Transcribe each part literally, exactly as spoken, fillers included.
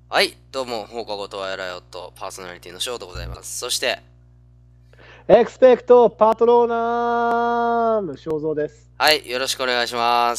はい、どうも、放課後とはやらよとパーソナリティのショーでございます。そして、 エクスペクトパトローナーム正蔵です。 はい、よろしくお願いします。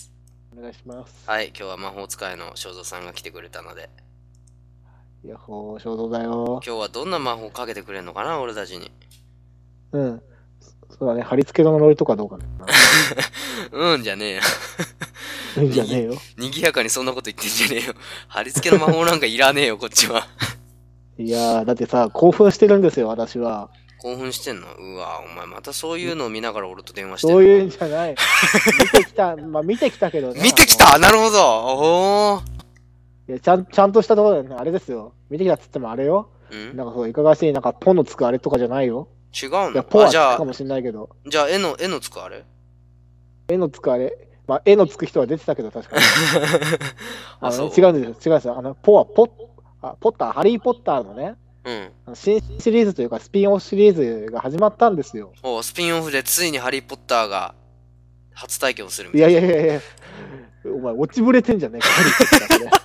お願いします。 はい、今日は魔法使いの正蔵さんが来てくれたので、 ヤッホー、正蔵だよ。 今日はどんな魔法かけてくれるのかな、俺たちに。 うん。そうだね、貼り付けの呪いとかどうかな。 うんじゃねえよ。 いいんにぎ、 じゃねえよ。 にぎやかにそんなこと言ってんじゃねえよ。貼り付けの魔法なんかいらねえよ、こっちは。 いやー、だってさ、興奮してるんですよ、私は。 興奮してんのうわ、お前またそういうのを見ながら俺と電話してんの？ そういうんじゃない。見てきた、まあ見てきたけどね、 見てきあの、 たなるほどおー。 いやちゃん、ちゃんとしたところだよね、あれですよ。見てきたっつってもあれよ。 んなんかそう、いかがわしい、なんかポのつくあれとかじゃないよ。 違ういや、 のあ、 ポはじゃあ、 つくかもしんないけど、 じゃあ絵の、絵のつくあれ？ 絵のつくあれ、まあ絵のつく人は出てたけど、確かに。 あ、 あのね、 そ違うんですよ。違うんですよ。あの、ポはポッ、あ、ポッター、ハリー・ポッターのね、 ううん。 あの新シリーズというかスピンオフシリーズが始まったんですよ。 おスピンオフでついにハリー・ポッターが初体験をするみいやいたいな。 やいやいや、お前、落ちぶれてんじゃねえか、ハリー・ポッターそれ。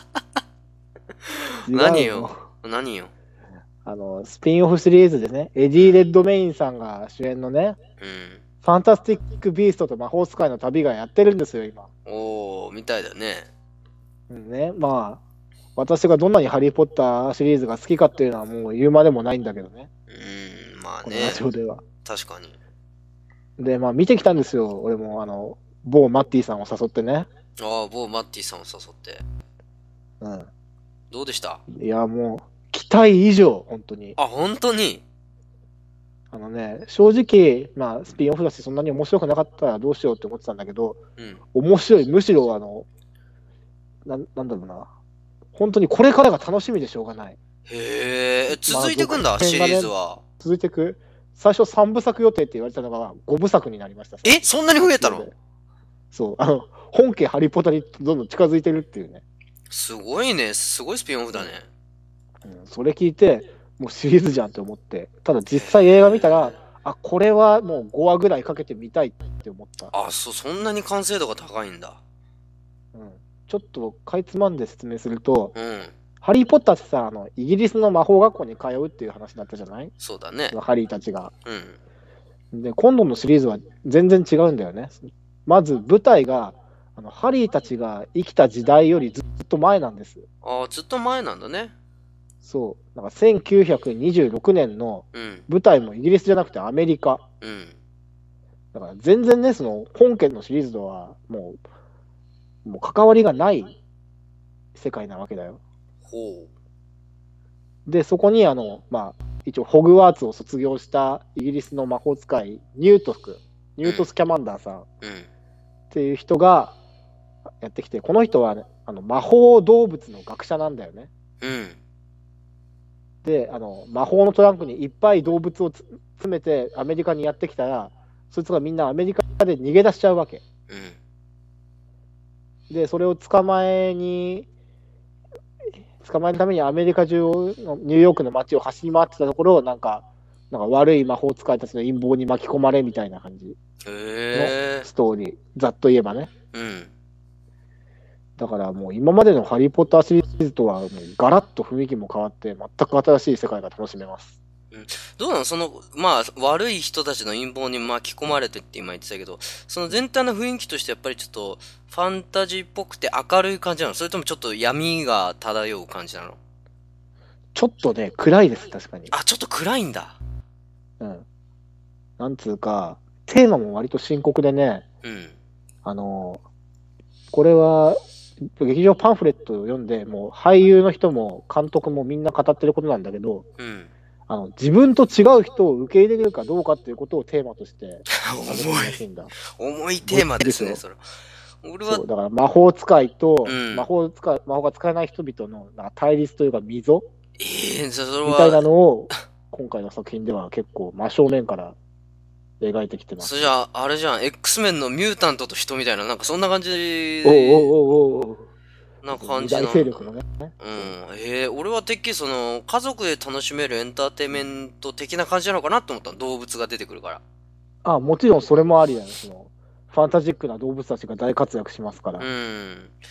違何ようの。 何よあの、スピンオフシリーズでね、エディ・レッドメインさんが主演のね、 うん。 ファンタスティック・ビーストと魔法使いの旅がやってるんですよ、今。 おー、みたいだね。 うんね、まあ、私がどんなにハリー・ポッターシリーズが好きかっていうのはもう言うまでもないんだけどね、 うーん、まあこのラね。 ジオでは。 確かに。 で、まあ見てきたんですよ。俺も、あの、某マッティさんを誘ってね。 ああ、某マッティさんを誘って。 うどうでした？ ん。いや、もう、期待以上、本当に。 あ、本当に？ あのね、正直、まあ、スピンオフだし、そんなに面白くなかったらどうしようって思ってたんだけど、 うん。 面白い。むしろ、あの、な、なんだろうな。本当にこれからが楽しみでしょうがない。 へえ、 まあ、 続いてくん続だ、シ編がね、 リーズは。 続いていく。最初さんぶさく予定って言われたのがごぶさくになりました、最え、 近。 そんなに増えたの？ 発表で。そう、あの、本家ハリポタにどんどん近づいてるっていうね。 すごいね。すごいスピンオフだね。 うんうん、それ聞いて、もうシリーズじゃんって思って、ただ実際映画見たら、 へえ。 あ、これはもうごわぐらいかけてみたいって思った。 あ、そ、そんなに完成度が高いんだ。 うん、ちょっとかいつまんで説明すると、 うん。 ハリー・ポッターってさ、あのイギリスの魔法学校に通うっていう話だったじゃない？ そうだね。 そのハリーたちが。 うん。 で、今度のシリーズは全然違うんだよね。まず舞台が、あのハリーたちが生きた時代よりずっと前なんです。 ああ、ずっと前なんだね。 そう。なんかせんきゅうひゃくにじゅうろくねんのうん。 舞台もイギリスじゃなくてアメリカ。 うん。 だから全然ね、その本家のシリーズとはもう、もう関わりがない世界なわけだよ。 ほで、そこにあの、まあ、一応ホグワーツを卒業したイギリスの魔法使い、ニュートスク、ニう。うん。 ュートス・キャマンダーさんっうん。 ていう人がやってきて、この人は、ね、あの魔法動物の学者なんだよね。 うん。 で、あの魔法のトランクにいっぱい動物を詰めてアメリカにやってきたら、そいつがみんなアメリカで逃げ出しちゃうわけ。 うん。 で、それを捕まえに、捕まえるためにアメリカ中を、ニューヨークの街を走り回ってたところ、なんか、なんか悪い魔法使いたちの陰謀に巻き込まれみたいな感じへのえ。 ストーリー。ざっと言えばね。 うん。 だからもう今までのハリー・ポッターシリーズとはもうガラッと雰囲気も変わって全く新しい世界が楽しめます。 うん。どうなのその、まあ、悪い人たちの陰謀に巻き込まれてって今言ってたけど、その全体の雰囲気としてやっぱりちょっと、ファンタジーっぽくて明るい感じなの？それともちょっと闇が漂う感じなの？ ちょっとね、暗いです、確かに。 あ、ちょっと暗いんだ。 うん。なんつうか、テーマも割と深刻でね、 うん。 あの、これは、劇場パンフレットを読んで、もう俳優の人も監督もみんな語ってることなんだけど、 うん。 あの自分と違う人を受け入れれるかどうかっていうことをテーマとして楽しみらしいんだ。 重い。重い重いテーマですね、 でしょ？ それ。俺は、 そう、だから魔法使いと魔うん。 法使い、魔法が使えない人々のなんか対立というか溝ええー、それみたいは、 なのを今回の作品では結構真正面から描いてきてます。 それじゃあ、あれじゃん、X メンのミュータントと人みたいな、なんかそんな感おうおうじおうおうなそう、二大感じなんだ。 勢力のね。 うそう。 ん。ええー、俺はてっきりその、家族で楽しめるエンターテインメント的な感じなのかなと思ったの。動物が出てくるから。 あ、もちろんそれもありだよね。そのファンタジックな動物たちが大活躍しますかうら。 ん。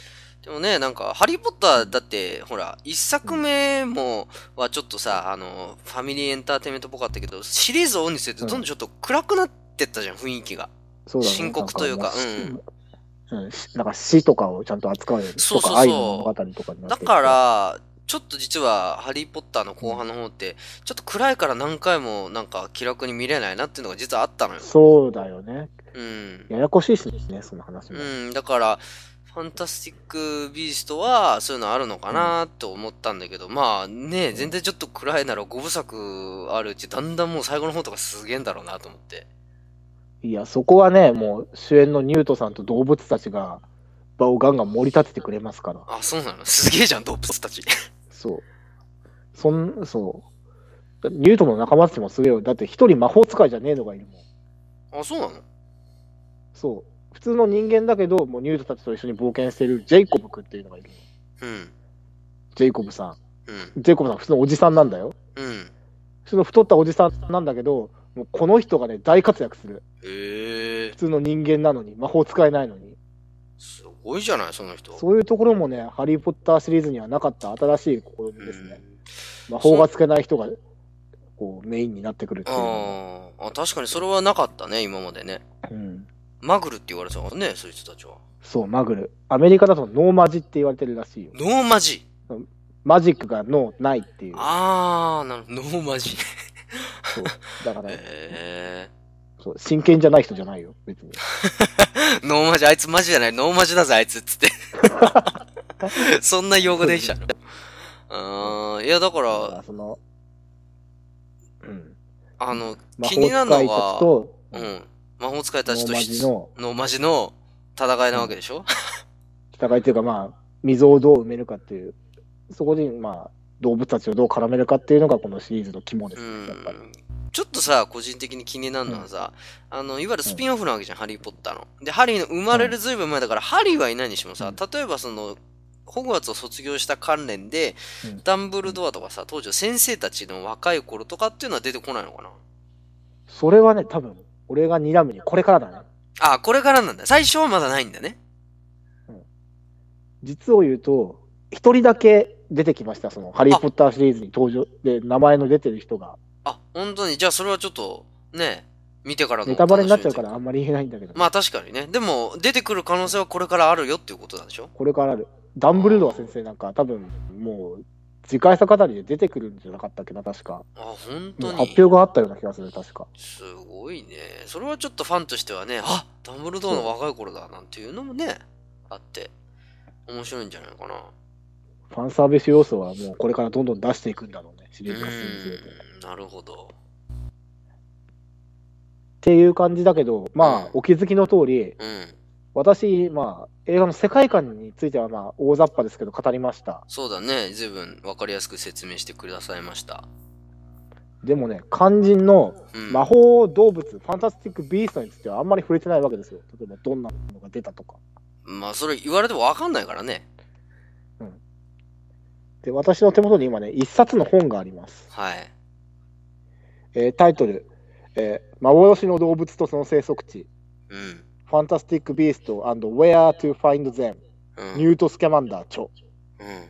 でもね、なんか、ハリーポッターだって、ほら、一作目も、はちょっとさ、あの、ファミリーエンターテインメントっぽかったけど、シリーズをオンにすると、どんどんちょっと暗くなってったじゃん、雰囲気が。 そうだね。 深刻というか、 なんうん。 もううん、しなんか死とかをちゃんと扱うように、 そうそうとか愛の物語そう。 とかになってきて。 だか、ら、ちょっと実は、ハリーポッターの後半の方って、ちょっと暗いから何回もなんか気楽に見れないなっていうのが実はあったのよ。 そうだよね。 うん。 ややこしいしね、その話も。 うん、だから、ファンタスティック・ビーストはそういうのあるのかなと思ったんだけど、まあね、全然ちょっと暗いならごぶさくあるうち、だんだんもう最後の方とかすげえんだろうなと思って。 いや、そこはね、もう主演のニュートさんと動物たちが場をガンガン盛り立ててくれますから。 あ、そうなの？すげえじゃん、動物たち。 そう。そん、そう。ニュートの仲間たちもすげえよ。だって一人魔法使いじゃねえのがいるもん。 あ、そうなの？ そう。普通の人間だけど、もうニュートたちと一緒に冒険してるジェイコブ君っていうのがいるの。 うん。 ジェイコブさん。 うん。 ジェイコブさん普通のおじさんなんだよ。 うん。 普通の太ったおじさんなんだけど、もうこの人がね、大活躍する。 へえ普。通の人間なのに、魔法使えないのに。 すごいじゃない、その人。 そういうところもね、ハリー・ポッターシリーズにはなかった新しい試みですね。 うん。 魔法が使えない人がこうメインになってくるっていうのあーあ、確かにそれはなかったね、今までね。 は。うん。 マグルって言われてたからね、そういう人たちは。 そう、マグル。アメリカだとノーマジって言われてるらしいよ。 ノーマジ。 マジックがノー、ないっていう。 あー、なるほど、ノーマジ。 そう。だから、 へそう真剣じゃない人じゃないよ、別に。 ー。ノーマジ、あいつマジじゃない、ノーマジだぜ、あいつっつって。そんな用語でしたの。あー、いや、だかだからら、 その、うん。 あの、 魔気になるの法使いたちは、 と、 うん。魔法使いたちとノーマジのノーマジの戦いなわけでしょ？ 戦いっていうか、まあ、溝をどう埋めるかっていう、そこに、まあ、動物たちをどう絡めるかっていうのがこのシリーズの肝でうすね、やっぱり。 ん。ちょっとさ、個人的に気になるのはさ、あの、いわゆるスピンオフなわけじゃん、ハリーポッターの。で、ハリーの生まれるずいぶん前だから、ハリーはいないにしてもさ、 うん例えばその、ホグワーツを卒業した関連で、 うんダンブルドアとかさ、当時の先生たちの若い頃とかっていうのは出てこないのかな？ それはね、多分、俺が睨むにこれからだね。 あ、これからなんだ。最初はまだないんだね。 実を言うと、一人だけ出てきました、その、ハリー・ポッターシリーズに登場で、名前の出てる人が。 あ、本当に。じゃあそれはちょっと、ね、見てからのネタバレになっちゃうかお楽しみといらあんまり言えないんだけど、 まあ確かにね。でも、出てくる可能性はこれからあるよっていうことなんでしょ？ これからある。ダンブルドア先生なんか多分、もう、次回作あたりで出てくるんじゃなかったっけな、確か。 あ、本も当に。 う発表があったような気がする、確か。 すごいね。それはちょっとファンとしてはね、あ、ダンブルドアの若い頃だなんていうのもね、あって、面白いんじゃないかな。 ファンサービス要素はもうこれからどんどん出していくんだろうね、シうリーズが進んでいくと。 ーん、なるほど。 っていう感じだけど、まあ、 うんお気づきの通り、 うん。 私、まあ、映画の世界観については、まあ、大雑把ですけど、語りました。 そうだね。随分わかりやすく説明してくださいました。 でもね、肝心のうん。 魔法動物、ファンタスティック・ビーストについてはあんまり触れてないわけですよ。例えば、どんなのが出たとか。 まあ、それ言われてもわかんないからね。 で、私の手元に今ね、一冊の本があります。 はい。 えータイトル、えー幻の動物とその生息地、 うん。 ファンタスティック・ビースト and Where to Find Them、 うん。 ニュート・スキャマンダー著。 うん。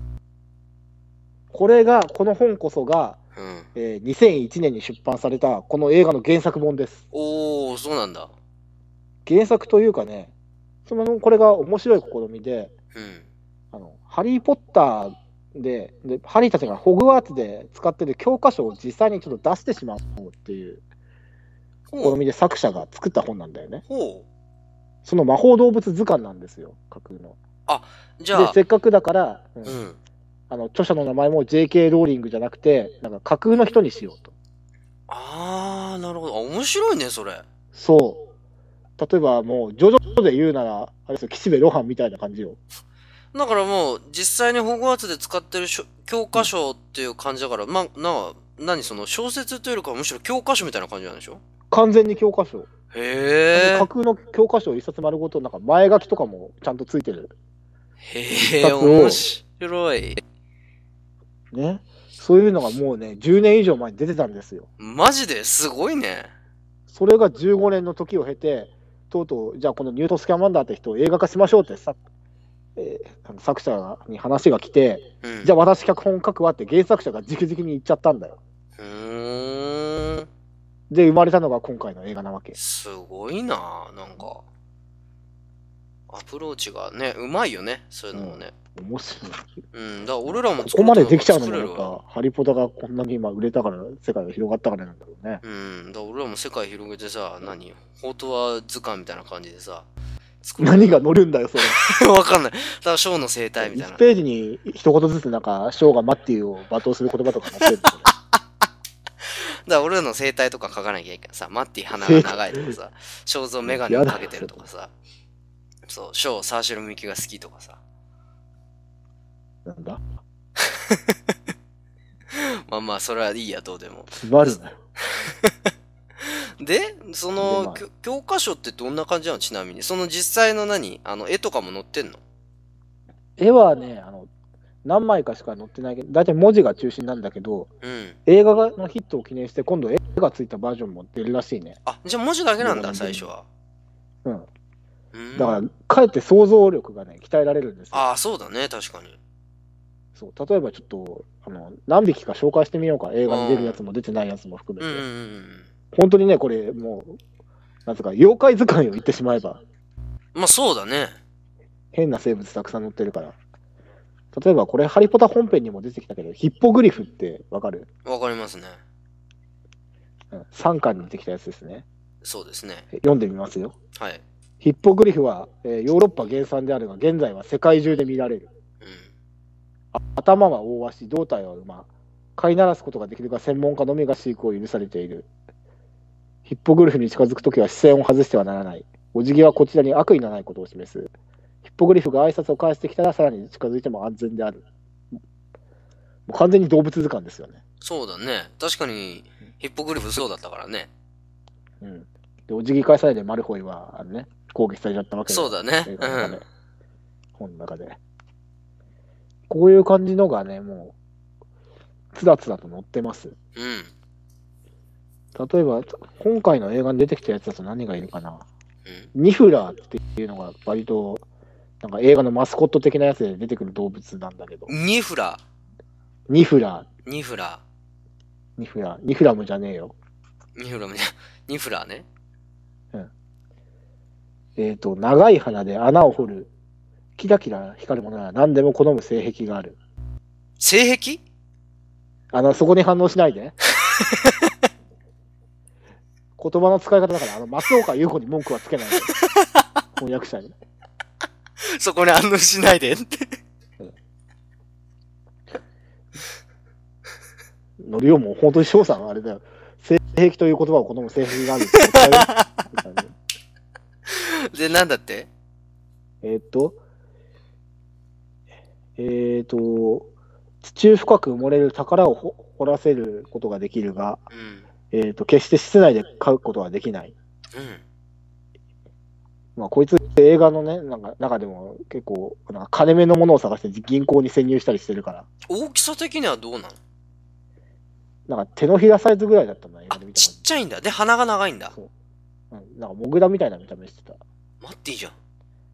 これが、この本こそが、 うん。 えーにせんいちねんに出版されたこの映画の原作本です。 おー、そうなんだ。 原作というかね、そのこれが面白い試みで、 うん。 あのハリー・ポッターでで、ハリーたちがホグワーツで使ってる教科書を実際にちょっと出してしまおうっていうほう。 試みで作者が作った本なんだよね。 ほその魔法動物図鑑なんですよ、架空の。 う。じゃで、 あ、 せっかくだから、うんうん。 あの著者の名前も ジェイケー ローリングじゃなくて、なんか架空の人にしようと。 あー、なるほど。あ、面白いね、それ。 そう。例えばもう、ジョジョで言うなら、あれですよ、岸辺露伴みたいな感じよ。 だからもう、実際にホグワーツで使ってるしょ教科書っていう感じだから、まあ、な、何その小説というよりかはむしろ教科書みたいな感じなんでしょ？ 完全に教科書。 へ架空の教科書一冊丸ごと、なんか前書きとかもちゃんとついてる。 え。へえ、 一冊を面白い。 ね。そういうのがもうね、じゅうねん以上前に出てたんですよ。 マジですごいね。 それがじゅうごねんの時を経て、とうとう、じゃあこのニュート・スキャマンダーって人を映画化しましょうってさ、 えーあの作者に話が来て、 うん。 じゃあ私脚本書くわって原作者が直々に言っちゃったんだよ。 うーん。 で、生まれたのが今回の映画なわけ。 すごいなぁ、なんか。アプローチがね、うまいよね、そういうのもね。 面白い。 うん、だから俺らもここまでできちゃうのも作れるわ。 やっぱ、ハリポタがこんなに今売れたから、世界が広がったからなんだろうね。 うん、だから俺らも世界広げてさ、何ホートワ図鑑みたいな感じでさ、作る何が載るんだよ、それ。 わかんない。だからショーの生態みたいいちな。 ページに一言ずつなんか、ショーがマッティを罵倒する言葉とか載ってるんだよね。 だから俺らの生態とか書かなきゃいけないさ、マッティ鼻が長いとかさ、肖像メガネをかけてるとかさ、そう、ショーサーシュルミキが好きとかさ。 なんだまあまあ、それはいいや、どうでも。 つまるなよ。 で、そでの、 まあきょ教科書ってどんな感じなのちなみに。その実際の何あの、絵とかも載ってんの絵はね、あの、何枚かしか載ってないけど、だいたい文字が中心なんだけど、 うん。 映画のヒットを記念して、今度絵がついたバージョンも出るらしいね。 あ、じゃあ文字だけなんだ、 うん最初は。 うん。 うん。 だから、かえって想像力がね、鍛えられるんですよ。 ああ、そうだね、確かに。 そう例えばちょっと、あの、何匹か紹介してみようか。映画に出るやつも出てないやつも含めて。 うんうんうん。 本当にね、これ、もう、なんつうか、妖怪図鑑を言ってしまえば、 まあそうだね。 変な生物たくさん載ってるから。例えば、これ、ハリポタ本編にも出てきたけど、ヒッポグリフってわかる？ わかりますね。 うんさんかんに出てきたやつですね。 そうですね。 読んでみますよ。 はい。 ヒッポグリフは、えーヨーロッパ原産であるが、現在は世界中で見られる。 う頭は大足、胴体は馬。飼いならすことができるが、専門家のみが飼育を許されている。ヒッポグリフに近づくときは視線を外してはならない。お辞儀はこちらに悪意のないことを示す。ヒッポグリフが挨拶を返してきたら、さらに近づいても安全である。もう完全に動物図鑑ですよね。 ん。そうだね。確かに、ヒッポグリフそうだったからね。 うん。で、お辞儀返さないでマルフォイは、あのね、攻撃されちゃったわけそうだね。 映う画の中でん。 本の中で。こういう感じのがね、もう、つらつらと載ってます。 うん。 例えば、今回の映画に出てきたやつだと何がいるかな。 うん。 ニフラーっていうのが割と、なんか映画のマスコット的なやつで出てくる動物なんだけど。 ニフラ。 ニフラー、 ニフラ。 ニフラー、ニフラムじゃねえよ。 ニフラみたいな。ニフラね。 えっ、と、長い鼻で穴を掘る、キラキラ光るものなら何でも好む性癖がある。 性癖あの、そこに反応しないで。言葉の使い方だから、あの、松岡優子に文句はつけないで。翻訳者に。 そこに反応しないでって。 のりおも本当に翔さんあれだよ。性癖という言葉を好む性癖があるって言ったよ。 で、なんだってえーっと、えーっと、地中深く埋もれる宝をほ掘らせることができるが、 うん。 えーっと、決して室内で飼うことはできない。 うん。 まあ、こいつ映画のね、なんか中でも結構、なんか金目のものを探して銀行に潜入したりしてるから、 大きさ的にはどうなのなんか手のひらサイズぐらいだったんだ、映あ画で見、たち感っちゃいんだ。で、鼻が長いんだ。 じ。うん、なんかモグラみたいな見た目してた。 マッティじゃん。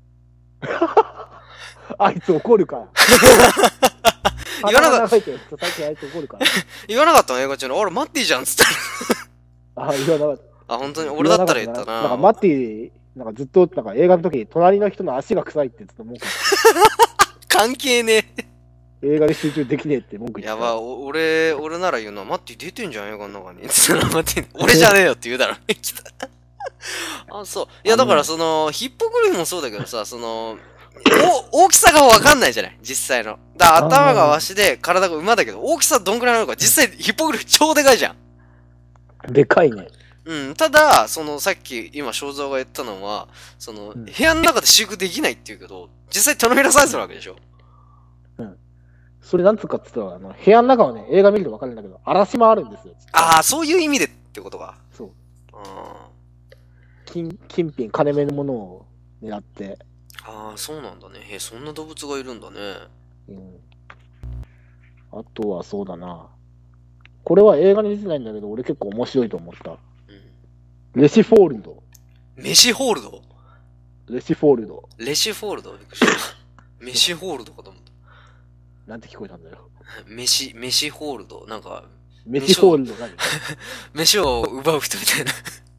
あいつ怒るから。 言わなかった鼻が長いって言うと最近あいつ怒るから。 言わなかったの映画中の。あれ、マッティじゃんっつったら。 あ、言わなかった。 あ、本当に俺だったら言ったな。 なんかマッティ、なんかずっとなんか映画の時に隣の人の足が臭いってずっと文句言って関係ねた。映画で集中できねえって文句え。 言ってた。 やば、お俺、俺なら言うのは、マッティ出てんじゃん、映画の中に。つったら、マッティ、俺じゃねえよって言うだろ。来たあ、そう。いや、だからその、ヒッポグリフもそうだけどさ、その、お大きさがわかんないじゃない実際の。だから頭がワシで体が馬だけど、大きさどんくらいなのか、実際ヒッポグリフ超でかいじゃん。 でかいね。 うん。ただ、その、さっき、今、正蔵が言ったのは、その、 うん部屋の中で飼育できないって言うけど、実際手のひらサイズなわけでしょ。 それなんつうかっつったら、あの部屋の中はね、映画見ると分かるんだけど、嵐もあるんですよ。 ああ、そういう意味でってことか。 そう。 あ金、金品、金目のものを狙って。 あー、そうなんだね。へえ、そんな動物がいるんだね。 うん。あとはそうだな。これは映画に出てないんだけど、俺結構面白いと思った。 うん。 レシフォールド。 メシホールドレシフォールド。 レシフォールドびっくりした。 飯ホールドかと思った。 なんて聞こえたんだよ。 飯、飯ホールド。なんか、 飯ホールド何飯を奪う人みたいな。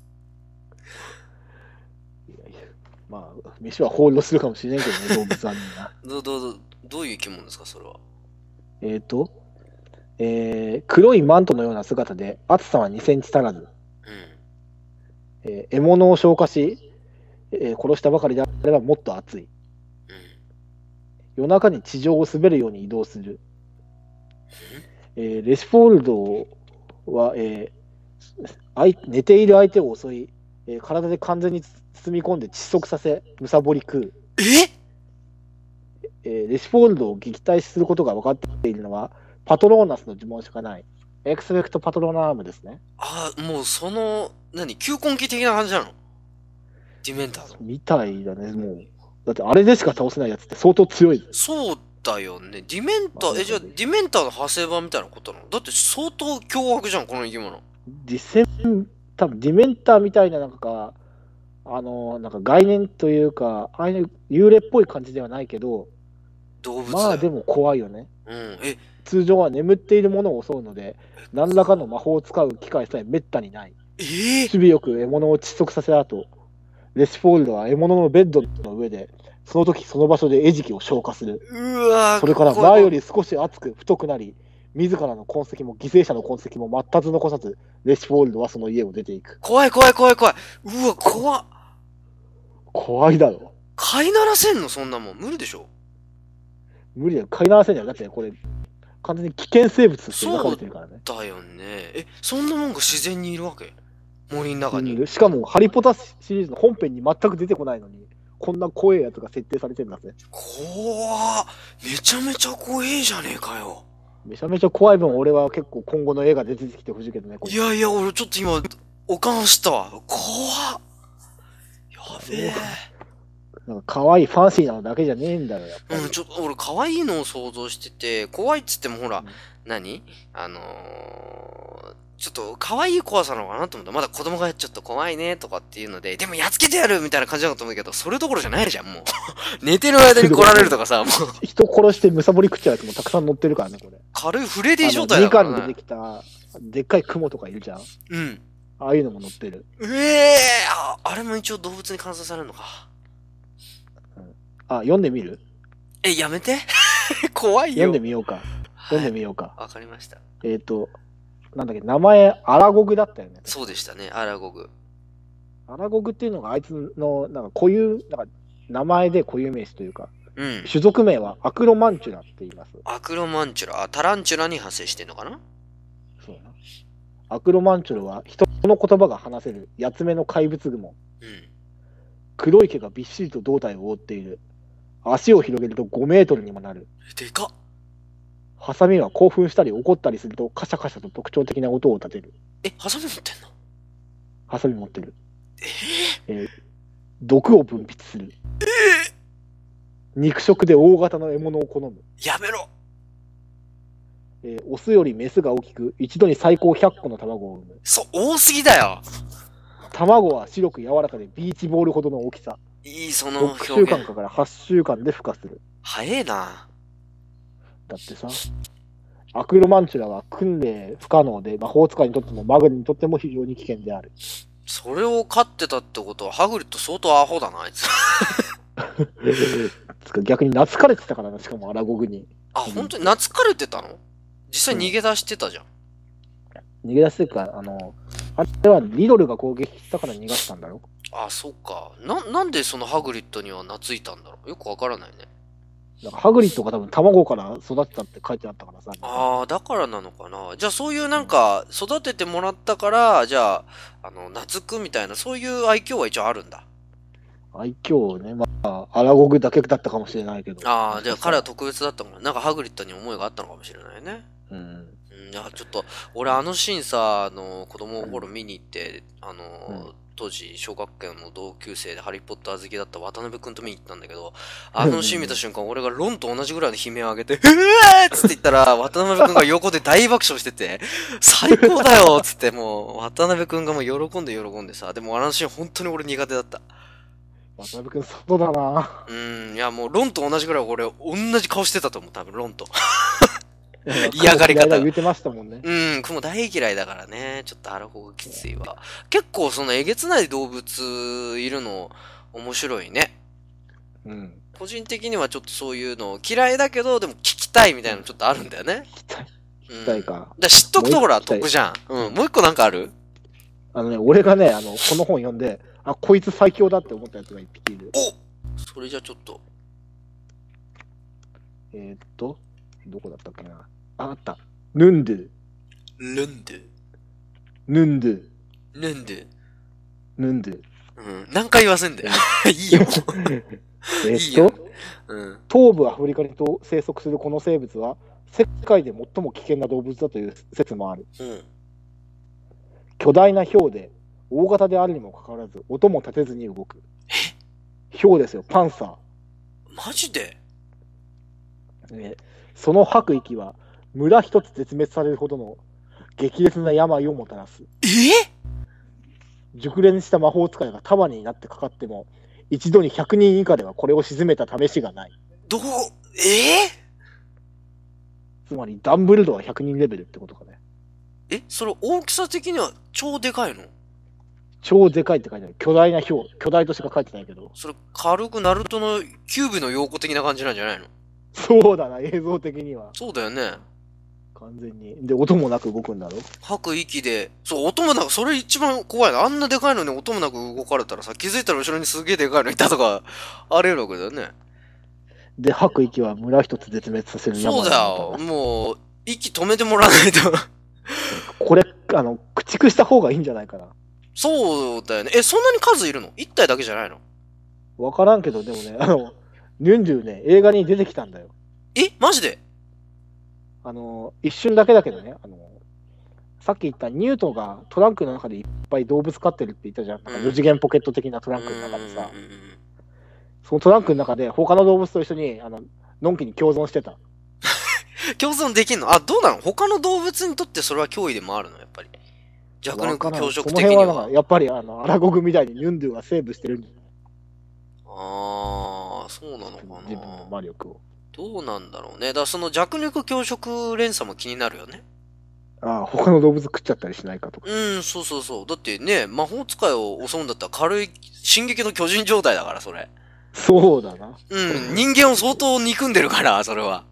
まあ、飯はホールドするかもしれないけどね、動物はみんな。 ど、ど、ど、どういう生き物ですか、それは。 えっと、えー、黒いマントのような姿で、厚さはにセンチ足らず。 うん。 えー獲物を消化し、えー殺したばかりであればもっと熱い。 うん。 夜中に地上を滑るように移動する。えーレシフォールドは、えーあい寝ている相手を襲い、えー体で完全に包み込んで窒息させ、むさぼり食う。 ええーレシフォールドを撃退することが分かっているのは、パトローナスの呪文しかない。エクスペクトパトロナームですね。 ああ、もうその、何、球根機的な感じなの？ディメンターの。 みたいだね、もう。だってあれでしか倒せないやつって相当強い。 そうだよね。ディメンター、え、じゃあ、ディメンターの派生版みたいなことなの？だって相当凶悪じゃん、この生き物。 実践、多分ディメンターみたいな、なんか、あの、なんか概念というか、ああいう幽霊っぽい感じではないけど、 動物だよ。 まあでも怖いよね。 うん。え、 通常は眠っているものを襲うので、何らかの魔法を使う機会さえめったにない。 えー、 守備よく獲物を窒息させた後、レシフォールドは獲物のベッドの上で、その時その場所で餌食を消化する。 うわーそれから怖い前より少し厚く太くなり、自らの痕跡も犠牲者の痕跡も全く残さず、レシフォールドはその家を出ていく。 怖い怖い怖い怖い。うわ、怖っ。 怖いだろ。 飼いならせんのそんなもん。無理でしょ。 無理だよ。飼いならせんじゃん。だってこれ、完全に危険生物として描かれてるからね。 だよね。え、そんなもんが自然にいるわけ？森の中に。 うんしかも、ハリポタシリーズの本編に全く出てこないのに、こんな怖いやつが設定されてるんだぜ。 怖っ。めちゃめちゃ怖えじゃねえかよ。 めちゃめちゃ怖い分、俺は結構今後の映画で出てきてほしいけどね。これいやいや、俺ちょっと今、おかんしたわ。怖っ。やべえ。 なんか可愛いファンシーなのだけじゃねえんだよ、やっぱり。 うん、ちょっと俺可愛いのを想像してて、怖いっつってもほら、 うん何あのー、ちょっと可愛い怖さなのかなと思った。まだ子供がちょっと怖いねとかっていうので、でもやっつけてやるみたいな感じだと思うけど、それどころじゃないじゃん、もう。寝てる間に来られるとかさ、もう。 人殺してむさぼり食っちゃうやつもたくさん乗ってるからね、これ。 軽いフレディあの状態だからにかんに出ね。 てきた、でっかい雲とかいるじゃん。 うん。 ああいうのも乗ってる。 ええー、あ、あれも一応動物に観察されるのか。 あ、読んでみるえ、やめて。怖いよ。 読んでみようか。読んでみようか。 わかりました。 えっと、なんだっけ、名前、アラゴグだったよね。 そうでしたね、アラゴグ。 アラゴグっていうのがあいつの、なんか固有、なんか名前で固有名詞というか、 うん。 種族名はアクロマンチュラって言います。 アクロマンチュラ、あ、タランチュラに派生してんのかな？ そうな。アクロマンチュラは人の言葉が話せる八つ目の怪物雲。 うん。 黒い毛がびっしりと胴体を覆っている。足を広げるとごメートルにもなる。 え、でかっ。 ハサミは興奮したり怒ったりするとカシャカシャと特徴的な音を立てる。 え、ハサミ持ってんの？ ハサミ持ってる。 ええー毒を分泌する。肉食で大型の獲物を好む。 ー、やめろ。 えーオスよりメスが大きく、一度に最高ひゃっこの卵を産む。 そう、多すぎだよ。 卵は白く柔らかでビーチボールほどの大きさ。 いい、そのろくしゅうかん表現。 かからはちしゅうかんで孵化する。 早えな。 だってさ、アクロマンチュラは訓練不可能で魔法使いにとってもマグにとっても非常に危険である。 それを飼ってたってことは、ハグリッド相当アホだな、あいつ。 つか逆に懐かれてたからな、しかもアラゴグに。 あ、本当に懐かれてたの？実際逃げ出してたじゃん。 逃げ出してるか、あの、あれはリドルが攻撃したから逃がしたんだろ。 あ、そっか。な、なんでそのハグリッドには懐いたんだろう。よくわからないね。 なんかハグリッドが多分卵から育てたって書いてあったからさ。 ああ、だからなのかな。じゃあそういうなんか、育ててもらったから、じゃあ、あの、懐くみたいな、そういう愛嬌は一応あるんだ。 愛嬌ね、まあ、アラゴグだけだったかもしれないけど。 ああ、じゃあ彼は特別だったのかな。なんかハグリッドに思いがあったのかもしれないね。 うん。 うん、いや、ちょっと、俺あのシーンさ、あの、子供の頃見に行って、あの、 うん当時、小学校の同級生でハリーポッター好きだった渡辺くんと見に行ったんだけど、あのシーン見た瞬間、俺がロンと同じぐらいの悲鳴を上げて、うわーっつって言ったら、渡辺くんが横で大爆笑してて、最高だよっつって、もう、渡辺くんがもう喜んで喜んでさ、でもあのシーン本当に俺苦手だった。 渡辺くん、そうだな。 うん、いやもうロンと同じぐらい俺、同じ顔してたと思う、多分ロンと。 嫌嫌がり方言ってましたもんね。 うん、雲大嫌いだからね。ちょっとある方がきついわ。結構そのえげつない動物いるの面白いね。 うん。 個人的にはちょっとそういうの嫌いだけど、でも聞きたいみたいなのちょっとあるんだよね。 聞きたい。 うん聞きたいか。 だ知っとくとほら、 もう一個聞きたい得じゃん。うん。もう一個なんかある？ あのね、俺がね、あの、この本読んで、あ、こいつ最強だって思ったやつが一匹いる。 おそれじゃちょっと。 えー、っと、どこだったっけな。あ、あった。ヌンドゥ。 ルンドゥ。 ヌンドゥ。 ルンドゥ。 ヌンドゥ。 うん。何回言わせんだよ。いいよ。 えいいよっと、 うん。 東部アフリカにと生息するこの生物は、世界で最も危険な動物だという説もある。 うん。 巨大な豹で、大型であるにもかかわらず、音も立てずに動く。豹ですよ、パンサー。 マジで？ ね、その吐く息は村一つ絶滅されるほどの激烈な病をもたらす。 え熟練した魔法使いが束になってかかっても一度にひゃくにん以下ではこれを鎮めた試しがない。 どう、えつまりダンブルドアひゃくにんレベルってことかね。 えそれ大きさ的には超でかいの？ 超でかいって書いてある。巨大な豹。巨大としか書いてないけど。 それ軽くナルトのキューブの陽子的な感じなんじゃないの？ そうだな、映像的には。 そうだよね。 完全に。で、音もなく動くんだろ？ 吐く息で、そう、音もなく、それ一番怖いな。あんなでかいのに音もなく動かれたらさ、気づいたら後ろにすげえでかいのいたとか、あり得るわけだよね。 で、吐く息は村一つ絶滅させる病そうだよ。もう、息止めてもらわないと。 これ、あの、駆逐した方がいいんじゃないかな。 そうだよね。え、そんなに数いるの？一体だけじゃないの？ わからんけど、でもね、あの、ニュンドゥね、映画に出てきたんだよ。 えマジで？ あの、一瞬だけだけどね、あの、さっき言ったニュートがトランクの中でいっぱい動物飼ってるって言ったじゃん。なんかよ次元ポケット的なトランクの中でさ、そのトランクの中で他の動物と一緒に、あの、のんきに共存してた。 共存できんの？あ、どうなの？他の動物にとってそれは脅威でもあるのやっぱり。弱肉強食的には。 その辺はなんかやっぱりあの、アラゴグみたいにニュンドゥがセーブしてるんじゃない？ あー、そうなのかな。 自分の魔力を。 どうなんだろうね。だからその弱肉強食連鎖も気になるよね。 ああ、他の動物食っちゃったりしないかとか。 うん、そうそうそう。だってね、魔法使いを襲うんだったら軽い進撃の巨人状態だから、それ。 そうだな。 うん、人間を相当憎んでるから、それは。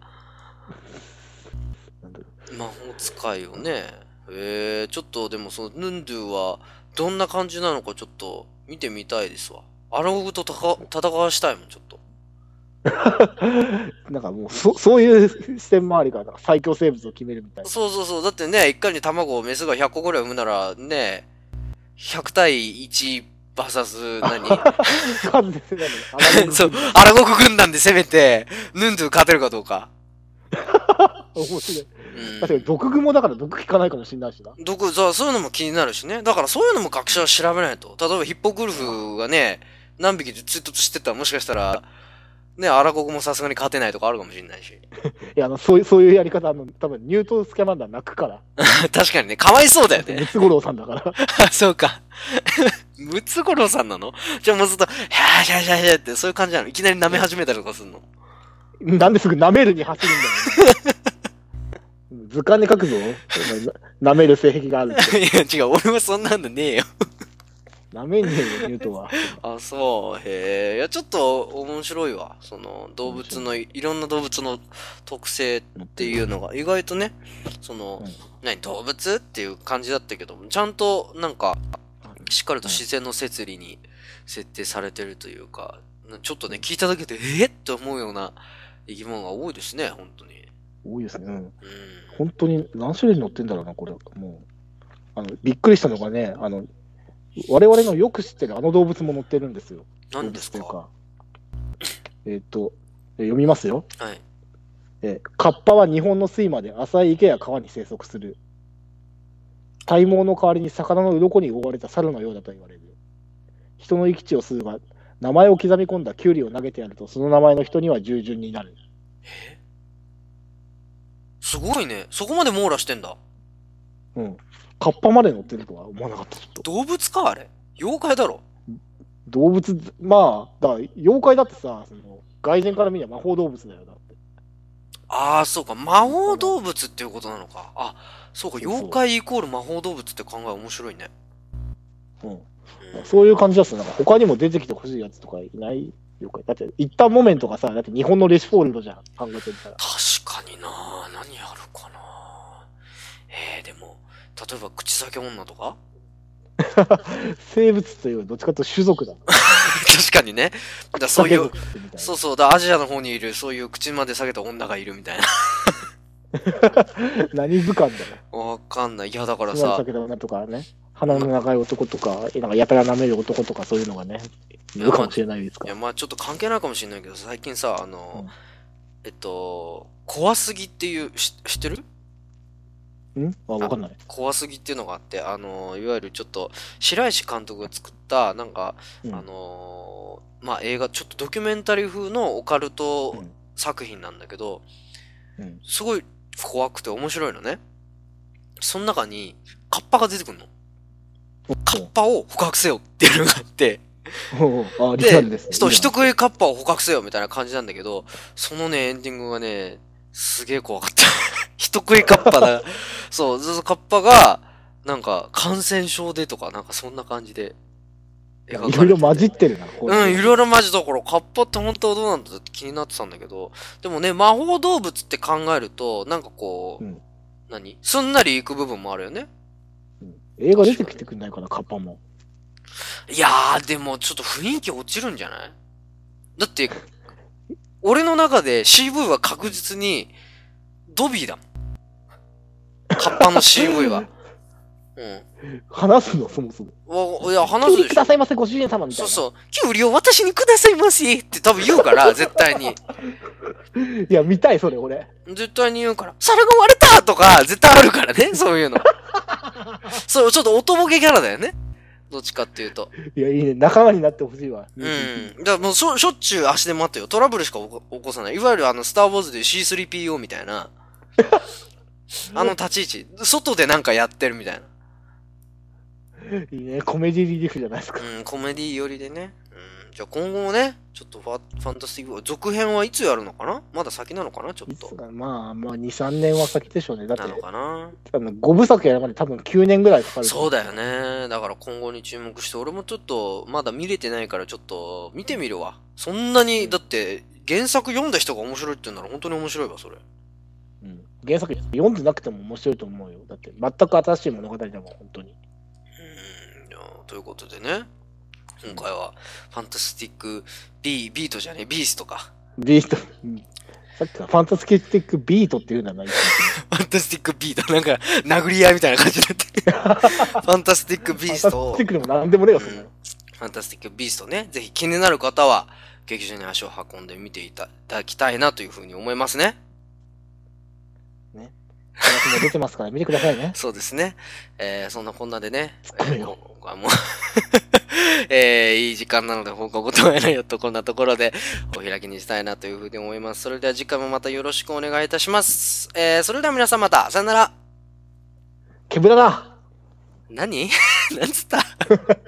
なんだろ魔法使いをね。えー、ちょっとでもそのヌンドゥはどんな感じなのかちょっと見てみたいですわ。アラゴグとたか戦わしたいもん、ちょっと。 うなんかもうそ、そういう視点もありから、なんか最強生物を決めるみたいな。 そうそうそう。だってね、一回に卵をメスがひゃっこぐらい産むなら、ね、ひゃく対いちバーサス何数で攻めるの。 そう、アラゴグ軍団で攻めて、ヌンドゥ勝てるかどうか。 面白い。 うん確かに毒グモだから毒効かないかもしれないしな。 毒、そうそういうのも気になるしね。だからそういうのも学者は調べないと。例えばヒッポグルフがね、何匹で追突してたらもしかしたら、ね、アラゴグもさすがに勝てないとかあるかもしれないし。 いや、あの、そういう、そういうやり方、あの、多分、ニュートンスキャマンダー泣くから。 確かにね、かわいそうだよね。 ムツゴロウさんだから。 あ、そうか。ムツゴロウさんなの？じゃあもうずっと、ヒャーヒャーヒャーヒャーってそういう感じなの？いきなり舐め始めたりとかすんの？ なんですぐ舐めるに走るんだよ、ね。図鑑に書くぞ。舐める性癖があるって。 いや違う、俺はそんなんだねえよ。 舐めねえよ、ニュートンは。 あ、そう、へえ。いや、ちょっと面白いわ。その、動物の、いろんな動物の特性っていうのが、意外とね、その、 うん、 何、動物っていう感じだったけど、ちゃんと、なんか、しっかりと自然の摂理に設定されてるというか、ちょっとね、聞いただけで、えー、って思うような生き物が多いですね、本当に。 多いですね。うん。 うん、 本当に何種類乗ってんだろうな、これ。もう。あの、びっくりしたのがね、あの、我々のよく知ってるあの動物も乗ってるんですよ。 何ですか？ 動物というか。えっと、読みますよ。 はい。 えカッパは日本の水まで浅い池や川に生息する。体毛の代わりに魚の鱗に覆われた猿のようだと言われる。人の生き地を吸うが、名前を刻み込んだキュウリを投げてやると、その名前の人には従順になる。 えすごいね。そこまで網羅してんだ。 うん。カッパまで乗ってるとは思わなかった、ちょっと。 動物かあれ？妖怪だろ。 動物、まあ、だから妖怪だってさ、その外人から見れば魔法動物だよだって。 ああ、そうか。魔法動物っていうことなのか。あ、そうか。 そうそう妖怪イコール魔法動物って考え面白いね。 うん。 うんそういう感じだすなんか他にも出てきてほしいやつとかいない妖怪。だって、一旦モメントがさ、だって日本のレシフォールドじゃん。考えてみたら。 確かにな。何あるかな。えー、でも、例えば口裂け女とか生物というよりどっちかというと種族だ。 確かにね。だそういう、 そそうそうだ、アジアの方にいる、そういう口まで下げた女がいるみたいな。 何図鑑だよ。 わかんない。いや、だからつまりさ、 避けた女とかね、鼻の長い男とか、なんかやたら舐める男とかそういうのがね、いるかもしれないですかいや、まあちょっと関係ないかもしれないけど、最近さ、あの、 うんえっと、怖すぎっていう、し知ってるんあ、わかんない。 怖すぎっていうのがあって、あの、いわゆるちょっと、白石監督が作った、なんか、 うんあの、まあ映画、ちょっとドキュメンタリー風のオカルトうん作品なんだけど、 うんすごい怖くて面白いのね。その中に、カッパが出てくるの。カッパを捕獲せよっていうのがあって、 おうあ、リアルで、 ですね。 そう、人いいじゃん食いカッパを捕獲せよみたいな感じなんだけど、そのね、エンディングがね、すげえ怖かった。人食いカッパだ。そう、ずっとカッパが、なんか、感染症でとか、なんかそんな感じで描かれてて。 いろいろ混じってるな。こうん、いろいろ。 ろマジだから、カッパって本当はどうなんだって気になってたんだけど、でもね、魔法動物って考えると、なんかこう、 うん何すんなり行く部分もあるよね。 うん映画出てきてくんないかな、カッパも。 いやー、でもちょっと雰囲気落ちるんじゃないだって、俺の中で シーブイ は確実に、ドビーだもん。カッパの シーブイ は。うん。 話すの、そもそも。 わいや、話すでしょくださ。いませ、ご主人様みたいうな。 そそう。給料私にくださいませって多分言うから、絶対に。 いや、見たい、それ、俺。 絶対に言うから、皿が割れたとか、絶対あるからね、そういうの。そう、ちょっとおとぼけキャラだよね。どっちかっていうと。 いや、いいね。仲間になってほしいわ。 うん。だからもうしょ、しょっちゅう足で待ってよ。トラブルしか起こ起こさない。いわゆるあの、スターウォーズで シースリーピーオー みたいな。あの立ち位置。外でなんかやってるみたいな。 いいね。コメディリリーフじゃないですか。 うん、コメディ寄りでね。うん。じゃあ今後もね、ちょっとファファンタスティック、続編はいつやるのかなまだ先なのかなちょっと。 いつかまあ、まあ、に、さんねんは先でしょうね。だってな、のかなあのごぶさくやるまで多分きゅうねんぐらいかかる。 そうだよ。ね。だから今後に注目して、俺もちょっと、まだ見れてないからちょっと、見てみるわ。そんなに、だって、原作読んだ人が面白いって言うなら本当に面白いわ、それ。 うん。原作読んでなくても面白いと思うよ。だって、全く新しい物語だもん、本当に。 うん。いやということでね。今回は、ファンタスティック B、ビートじゃねえ、ビーストか。 ビート、うんさっきからファンタスティックビートっていうのはない。 ファンタスティックビート。なんか、殴り合いみたいな感じになってる。ファンタスティックビーストを。 ファンタスティックでも何でもねえよ、そんなの。 ファンタスティックビーストね。ぜひ気になる方は、劇場に足を運んで見ていただきたいなというふうに思いますね。 ね。話も出てますから見てくださいね。 そうですね。えー、そんなこんなでね。 突っ込めよえー今回もえー、いい時間なので報告とはないよとこんなところでお開きにしたいなというふうに思います。それでは次回もまたよろしくお願いいたします。えー、それでは皆さんまた、さよなら。 ケブラだ何なんつった